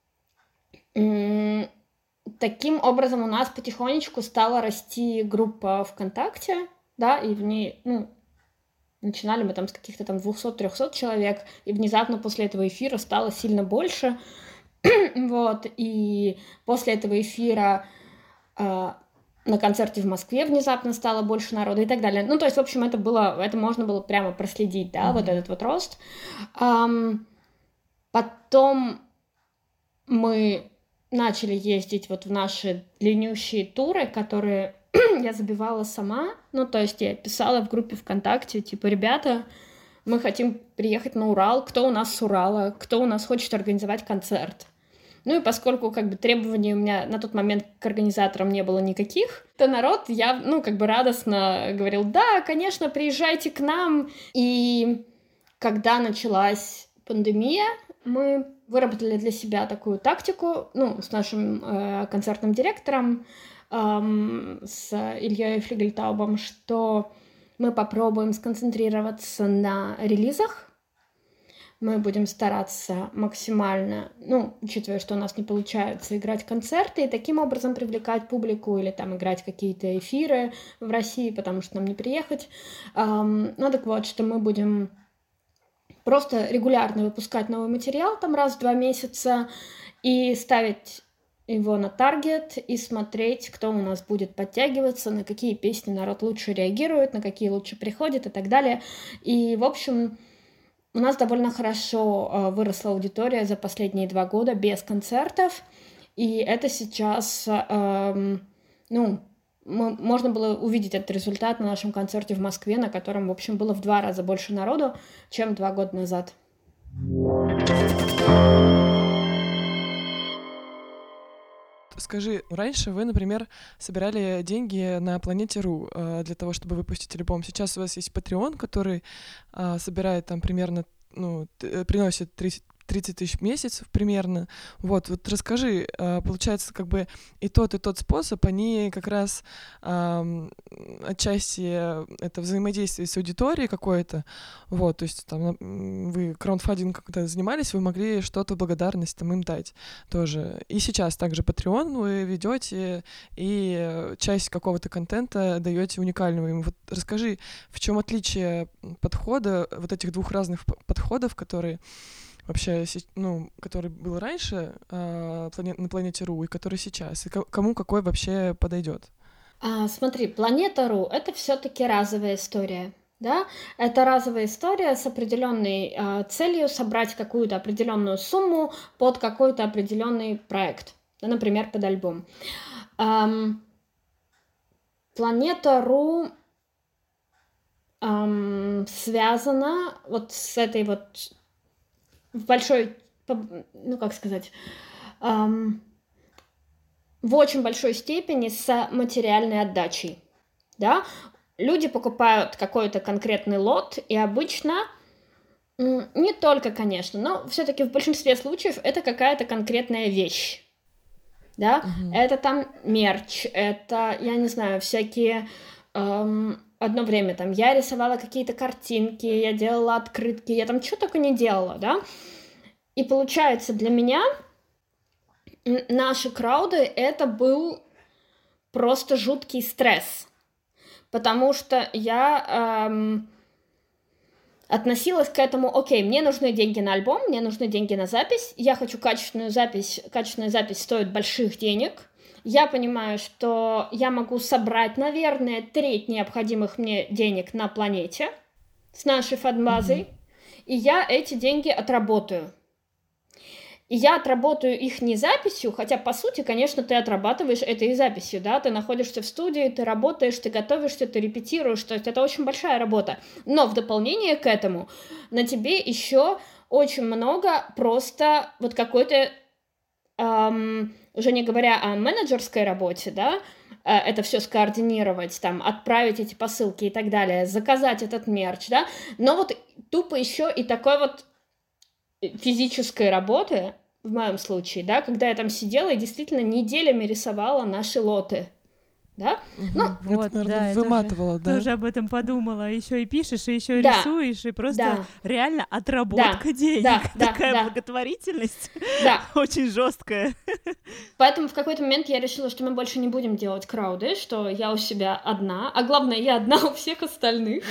м- таким образом у нас потихонечку стала расти группа ВКонтакте, да, и в ней, ну, начинали мы там с каких-то там двести-триста человек, и внезапно после этого эфира стало сильно больше, вот, и после этого эфира э, на концерте в Москве внезапно стало больше народу и так далее. Ну, то есть, в общем, это было, это можно было прямо проследить, да, mm-hmm. вот этот вот рост. Um, потом мы начали ездить вот в наши длиннющие туры, которые я забивала сама, ну, то есть я писала в группе ВКонтакте, типа, ребята, мы хотим приехать на Урал, кто у нас с Урала, кто у нас хочет организовать концерт. Ну, и поскольку, как бы, требований у меня на тот момент к организаторам не было никаких, то народ, я, ну, как бы, радостно говорил, да, конечно, приезжайте к нам. И когда началась пандемия, мы выработали для себя такую тактику, ну, с нашим э, концертным директором, с Ильей Флигельтаубом, что мы попробуем сконцентрироваться на релизах. Мы будем стараться максимально, ну, учитывая, что у нас не получается играть концерты, и таким образом привлекать публику или там играть какие-то эфиры в России, потому что нам не приехать. Ну, так вот, что мы будем просто регулярно выпускать новый материал, там раз в два месяца, и ставить его на таргет и смотреть, кто у нас будет подтягиваться, на какие песни народ лучше реагирует, на какие лучше приходит и так далее. И, в общем, у нас довольно хорошо э, выросла аудитория за последние два года без концертов, и это сейчас, э, ну, мы, можно было увидеть этот результат на нашем концерте в Москве, на котором, в общем, было в два раза больше народу, чем два года назад. Скажи, раньше вы, например, собирали деньги на Планете.ру э, для того, чтобы выпустить альбом. Сейчас у вас есть Patreon, который э, собирает там примерно, ну, т- приносит тридцать тысяч в месяц примерно. Вот, вот расскажи, э, получается, как бы и тот, и тот способ, они как раз э, отчасти это взаимодействие с аудиторией какое-то. Вот, то есть там вы краундфандингом когда занимались, вы могли что-то в благодарность там им дать тоже. И сейчас также Patreon вы ведете и часть какого-то контента даете уникального им. Вот расскажи, в чем отличие подхода, вот этих двух разных подходов, которые вообще, ну, который был раньше э, на Планете.ру и который сейчас, и кому какой вообще подойдет? А, смотри, Планета.ру — это все-таки разовая история, да? Это разовая история с определенной э, целью собрать какую-то определенную сумму под какой-то определенный проект, например, под альбом. Эм, Планета.ру эм, связана вот с этой вот в большой, ну как сказать, эм, в очень большой степени с материальной отдачей, да, люди покупают какой-то конкретный лот, и обычно, не только, конечно, но все-таки в большинстве случаев это какая-то конкретная вещь, да, mm-hmm. это там мерч, это, я не знаю, всякие... Эм, одно время там я рисовала какие-то картинки, я делала открытки, я там что только не делала, да. И получается для меня наши крауды — это был просто жуткий стресс, потому что я эм, относилась к этому: окей, мне нужны деньги на альбом, мне нужны деньги на запись, я хочу качественную запись, качественная запись стоит больших денег, я понимаю, что я могу собрать, наверное, треть необходимых мне денег на планете с нашей фан-базой, mm-hmm. и я эти деньги отработаю. И я отработаю их не записью, хотя, по сути, конечно, ты отрабатываешь это и записью, да, ты находишься в студии, ты работаешь, ты готовишься, ты репетируешь, то есть это очень большая работа. Но в дополнение к этому на тебе еще очень много просто вот какой-то, эм, уже не говоря о менеджерской работе, да, э, это все скоординировать, там, отправить эти посылки и так далее, заказать этот мерч, да, но вот тупо еще и такой вот физической работы, в моем случае, да, когда я там сидела и действительно неделями рисовала наши лоты, да? Угу. Ну, это, вот, наверное, да, выматывало, тоже, да? тоже об этом подумала. Еще и пишешь, и еще да. рисуешь, и просто да. реально отработка да. денег. Да. Такая да. благотворительность да. очень жесткая. Поэтому в какой-то момент я решила, что мы больше не будем делать крауды, что я у себя одна, а главное, я одна у всех остальных.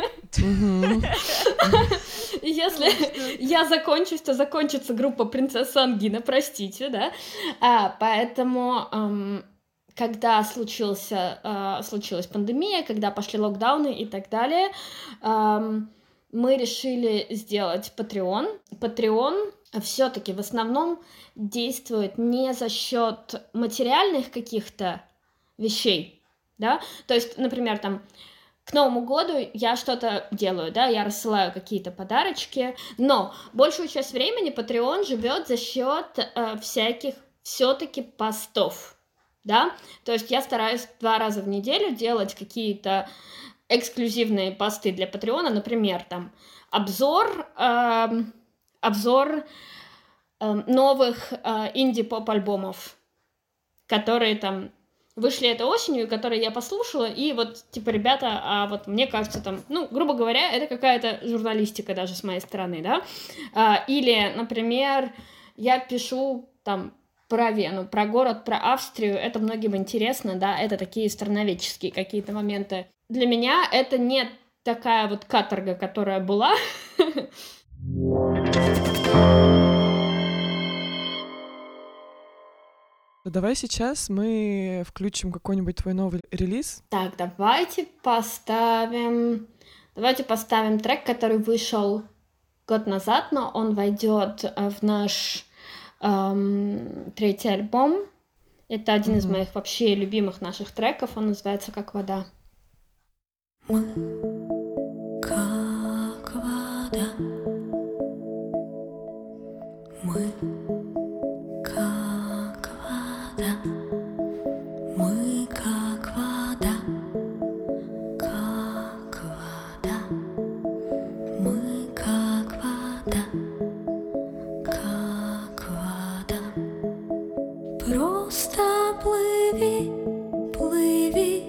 И если я закончусь, то закончится группа «Принцесса Ангина», простите, да. А, поэтому, эм, когда случился, э, случилась пандемия, когда пошли локдауны и так далее, эм, мы решили сделать Patreon. Patreon все-таки в основном действует не за счет материальных каких-то вещей, да. То есть, например, там, к Новому году я что-то делаю, да, я рассылаю какие-то подарочки, но большую часть времени Patreon живет за счет э, всяких все-таки постов, да, то есть я стараюсь два раза в неделю делать какие-то эксклюзивные посты для Patreon, например, там, обзор, э, обзор э, новых э, инди-поп-альбомов, которые там вышли этой осенью, которые я послушала, и вот, типа, ребята, а вот мне кажется, там, ну, грубо говоря, это какая-то журналистика даже с моей стороны, да, а, или, например, я пишу, там, про Вену, про город, про Австрию, это многим интересно, да, это такие страноведческие какие-то моменты. Для меня это не такая вот каторга, которая была. Давай сейчас мы включим какой-нибудь твой новый релиз. Так, давайте поставим... Давайте поставим трек, который вышел год назад, но он войдет в наш эм, третий альбом. Это один mm-hmm. из моих вообще любимых наших треков. Он называется «Как вода». Мы как вода. Мы как вода. Мы как вода. Как вода. Мы как вода. Как вода. Просто плыви, плыви,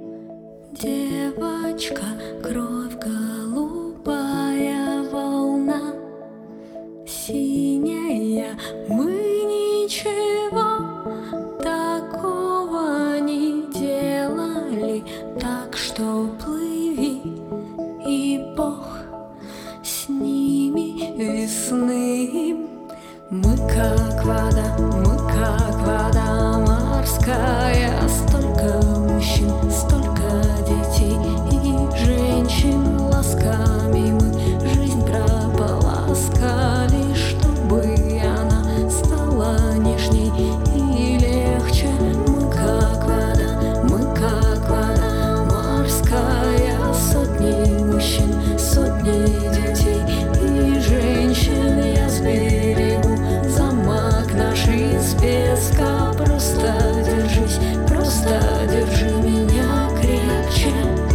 девочка, кровь голубая волна, синяя. Мы ничего такого не делали, так что плыви, и Бог с ними весны. Мы как вода, мы как вода морская, столько мужчин, столько детей и женщин ласками мы жизнь прополоскали, чтобы она стала нежней и легче. Мы как вода, мы как вода морская, сотни мужчин, сотни детей и женщин я сберегу. Замок наш из песка, просто держись, просто держи меня крепче.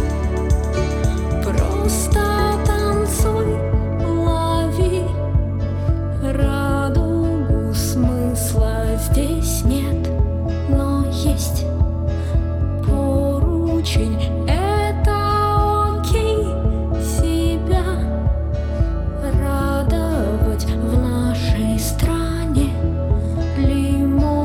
Просто танцуй, лови радугу, смысла здесь нет, но есть поручень. Это окей себя радовать в нашей стране. Лимон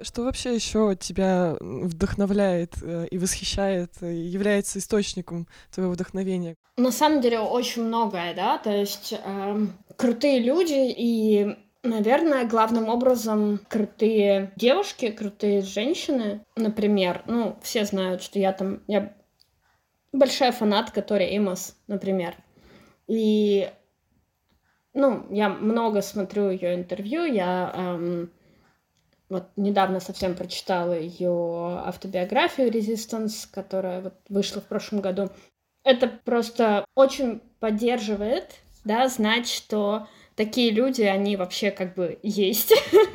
что вообще еще тебя вдохновляет э, и восхищает, и является источником твоего вдохновения? На самом деле очень многое, да, то есть эм, крутые люди и, наверное, главным образом крутые девушки, крутые женщины, например, ну, все знают, что я там, я большая фанатка Тори Эймос, например, и, ну, я много смотрю ее интервью, я эм, вот недавно совсем прочитала ее автобиографию «Resistance», которая вот вышла в прошлом году. Это просто очень поддерживает, да, знать, что такие люди, они вообще как бы есть,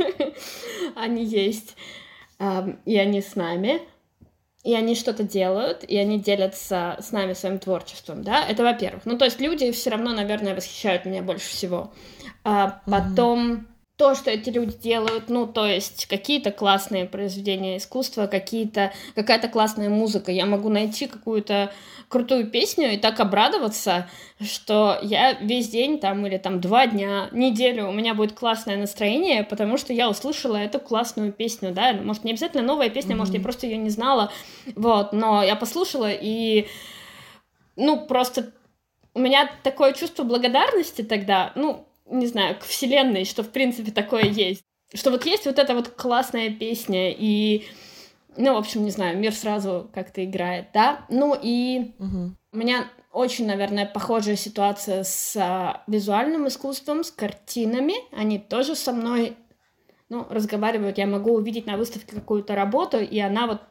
они есть, и они с нами, и они что-то делают, и они делятся с нами своим творчеством, да, это во-первых. Ну, то есть люди все равно, наверное, восхищают меня больше всего. А потом... То, что эти люди делают, ну, то есть какие-то классные произведения искусства, какие-то, какая-то классная музыка. Я могу найти какую-то крутую песню и так обрадоваться, что я весь день там или там два дня, неделю у меня будет классное настроение, потому что я услышала эту классную песню, да, может, не обязательно новая песня, mm-hmm. может, я просто ее не знала, вот, но я послушала и, ну, просто у меня такое чувство благодарности тогда, ну, не знаю, к вселенной, что, в принципе, такое есть. Что вот есть вот эта вот классная песня, и, ну, в общем, не знаю, мир сразу как-то играет, да? Ну, и угу. у меня очень, наверное, похожая ситуация с а, визуальным искусством, с картинами. Они тоже со мной, ну, разговаривают. Я могу увидеть на выставке какую-то работу, и она вот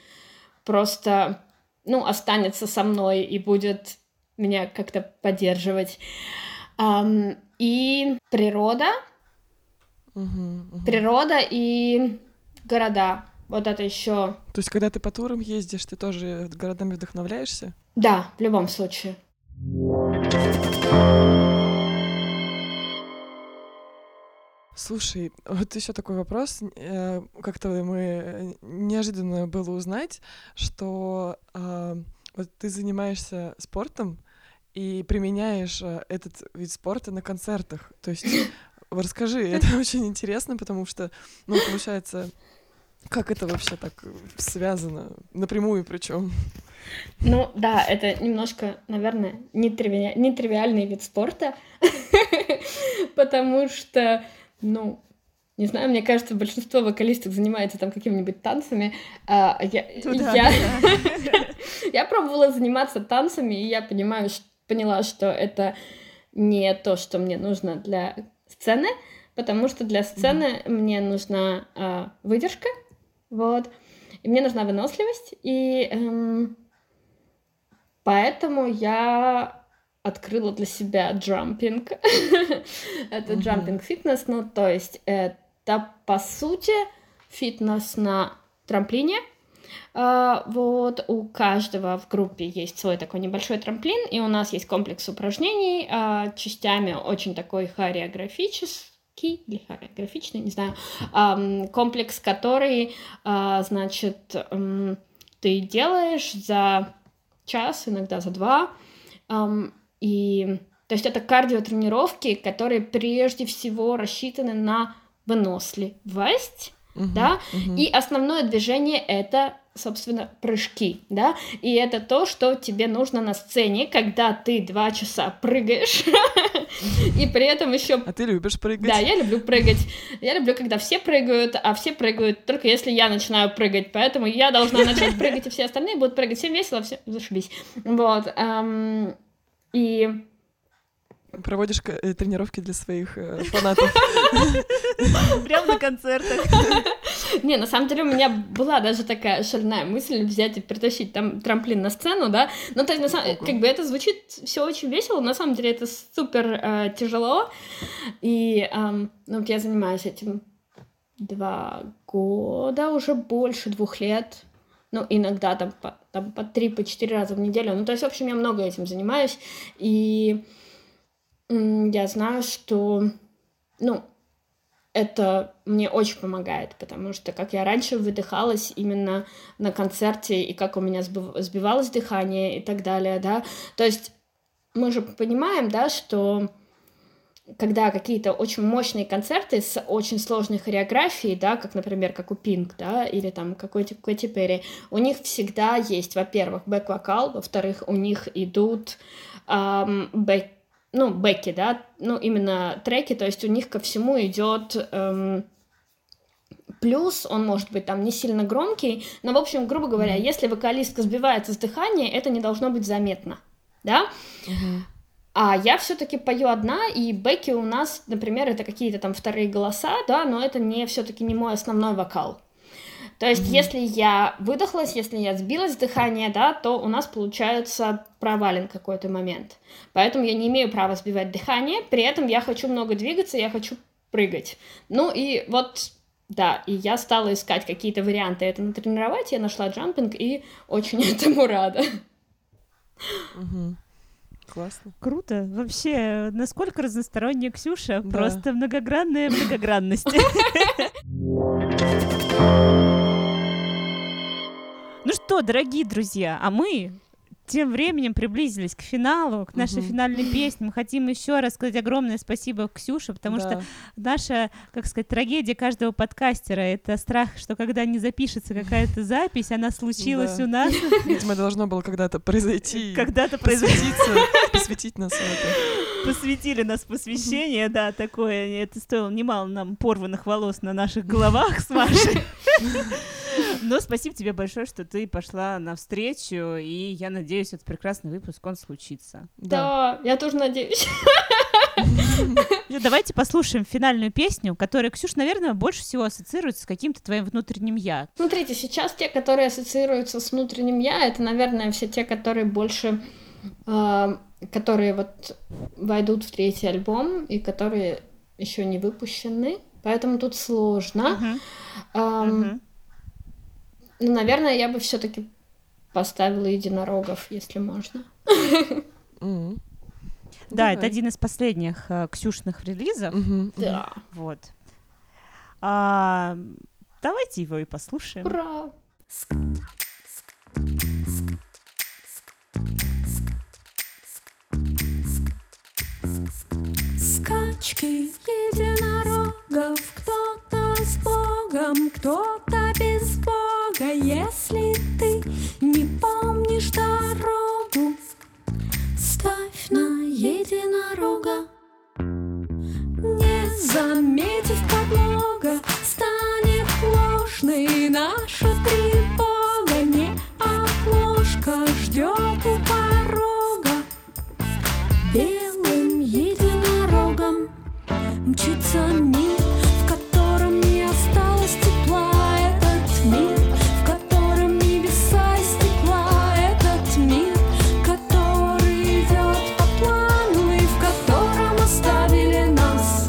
просто, ну, останется со мной и будет меня как-то поддерживать. Um, и природа, угу, угу. природа и города. Вот это еще. То есть, когда ты по турам ездишь, ты тоже городами вдохновляешься? Да, в любом случае. Слушай, вот еще такой вопрос. Как-то мы неожиданно было узнать, что э, вот ты занимаешься спортом и применяешь э, этот вид спорта на концертах. То есть расскажи, это очень интересно, потому что, ну, получается, как это вообще так связано, напрямую причем? Ну, да, это немножко, наверное, нетриви... нетривиальный вид спорта, потому что, ну, не знаю, мне кажется, большинство вокалистов занимается там какими-нибудь танцами. А я, Туда, я... я пробовала заниматься танцами, и я понимаю, что поняла, что это не то, что мне нужно для сцены, потому что для сцены mm-hmm. мне нужна э, выдержка, вот, и мне нужна выносливость, и эм, поэтому я открыла для себя джампинг. Это джампинг фитнес, ну, то есть это, по сути, фитнес на трамплине. Uh, вот у каждого в группе есть свой такой небольшой трамплин, и у нас есть комплекс упражнений, uh, частями очень такой хореографический или хореографичный, не знаю, um, комплекс, который, uh, значит, um, ты делаешь за час, иногда за два, um, и то есть это кардиотренировки, которые прежде всего рассчитаны на выносливость. Uh-huh, да, uh-huh. И основное движение — это, собственно, прыжки, да, и это то, что тебе нужно на сцене, когда ты два часа прыгаешь, и при этом еще. А ты любишь прыгать? Да, я люблю прыгать. Я люблю, когда все прыгают, а все прыгают только если я начинаю прыгать, поэтому я должна начать прыгать, и все остальные будут прыгать. Всем весело, все зашибись. Вот. И проводишь тренировки для своих э, фанатов. Прямо на концертах. Не, на самом деле у меня была даже такая шальная мысль взять и притащить там трамплин на сцену, да. Ну, то есть, на самом... как бы это звучит все очень весело, на самом деле это супер э, тяжело. И э, ну, вот я занимаюсь этим два года, уже больше двух лет. Ну, иногда там по, там по три, по четыре раза в неделю. Ну, то есть, в общем, я много этим занимаюсь. И я знаю, что, ну, это мне очень помогает, потому что как я раньше выдыхалась именно на концерте, и как у меня сбивалось дыхание и так далее, да, то есть мы же понимаем, да, что когда какие-то очень мощные концерты с очень сложной хореографией, да, как, например, как у Pink, да, или там какой-то Кэти Перри, у них всегда есть, во-первых, бэк-вокал, во-вторых, у них идут эм, бэк, ну, бэки, да, ну, именно треки, то есть у них ко всему идет эм, плюс, он может быть там не сильно громкий, но, в общем, грубо говоря, mm-hmm. если вокалистка сбивается с дыхания, это не должно быть заметно, да? Mm-hmm. А я все-таки пою одна, и бэки у нас, например, это какие-то там вторые голоса, да, но это не все-таки не мой основной вокал. То есть, mm-hmm. если я выдохлась, если я сбилась с дыхания, да, то у нас получается провален какой-то момент. Поэтому я не имею права сбивать дыхание, при этом я хочу много двигаться, я хочу прыгать. Ну и вот, да, и я стала искать какие-то варианты это натренировать, я нашла джампинг и очень этому рада. Mm-hmm. Классно. Круто. Вообще, насколько разносторонняя Ксюша. Да. Просто многогранная многогранность. Ну что, дорогие друзья, а мы тем временем приблизились к финалу, к нашей финальной песне. Мы хотим еще раз сказать огромное спасибо Ксюше, потому что наша, как сказать, трагедия каждого подкастера — это страх, что когда не запишется какая-то запись, она случилась у нас. Видимо, должно было когда-то произойти. Когда-то посвятиться, посвятить нас в это. Посвятили нас посвящение, да, такое. Это стоило немало нам порванных волос на наших головах с Машей. Но спасибо тебе большое, что ты пошла навстречу, и я надеюсь, этот прекрасный выпуск, он случится. Да, да, я тоже надеюсь. Давайте послушаем финальную песню, которая, Ксюш, наверное, больше всего ассоциируется с каким-то твоим внутренним «я». Смотрите, сейчас те, которые ассоциируются с внутренним «я», это, наверное, все те, которые больше... Э, которые вот войдут в третий альбом, и которые еще не выпущены, поэтому тут сложно. Uh-huh. Эм, uh-huh. Ну, наверное, я бы все-таки поставила единорогов, если можно. Mm-hmm. Да, Давай. Это один из последних uh, Ксюшных релизов. Mm-hmm. Да. Вот. А, давайте его и послушаем. Ура! Скачки единорогов, кто-то с Богом, кто-то без Бога. Если ты не помнишь дорогу, ставь на единорога. Не заметив подлога, станет ложной наша тревога. Не обложка ждет у порога. Белым единорогом мчится мир, в котором не осталось тепла. Этот мир, в котором небеса из стекла. Этот мир, который идет по плану и в котором оставили нас.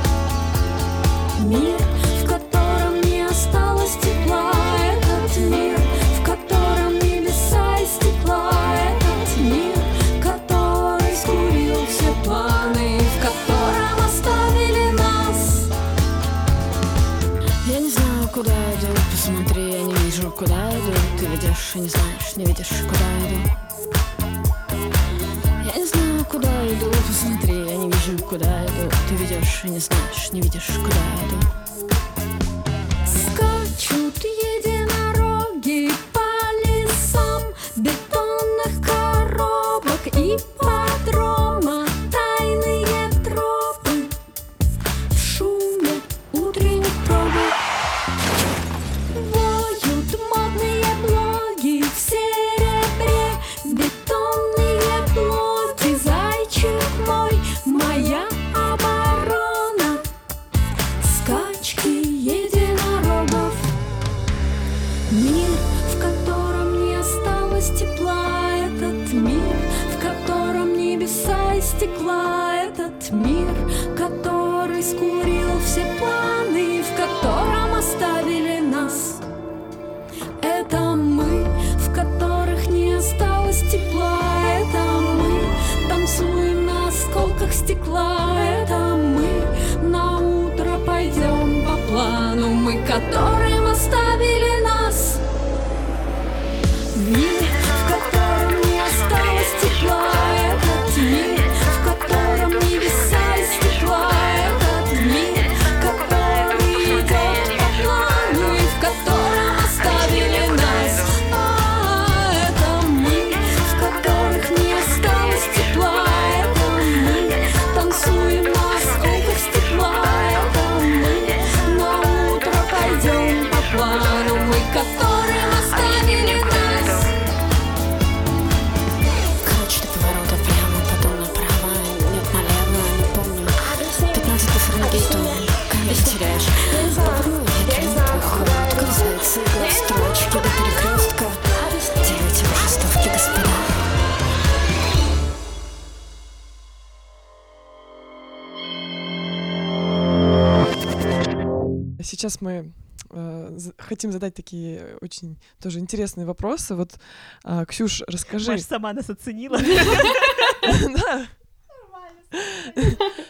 Мир, в котором не осталось тепла. Этот мир, в котором небеса из стекла. Этот мир, который скурил все планы, в котором оставили нас. Я не знаю, куда иду, посмотри, я не вижу, куда иду. Ты ведешь и не знаешь, не видишь, куда иду. Я не знаю, куда иду, посмотри, я не вижу, куда иду. Ты ведешь и не знаешь, не видишь, куда иду. Скачут единороги по лесам бетонных коробок и подрома. Тайные тропы в шуме утренних пробок. Воют модные блоги в серебре. Бетонные блоки, зайчик мой, моя оборона. Скачки единорогов. Мир, в котором не осталось тепла. Этот мир, в котором небеса из стекла. Этот мир, который скурил все планы, в котором оставили нас. Это мы, в которых не осталось тепла. Это мы, танцуем на осколках стекла. Это мы, на утро пойдем по плану. Мы, которым оставили нас. Мир, в котором не осталось тепла. Этот мир, в котором небеса из стекла. Я не знаю, я не знаю, куда иду. Касается игла строчки до перекрестка. Делайте ваши ставки, господа. Сейчас мы э, за- хотим задать такие очень тоже интересные вопросы. Вот, а, Ксюш, расскажи. Маша сама нас оценила. Да.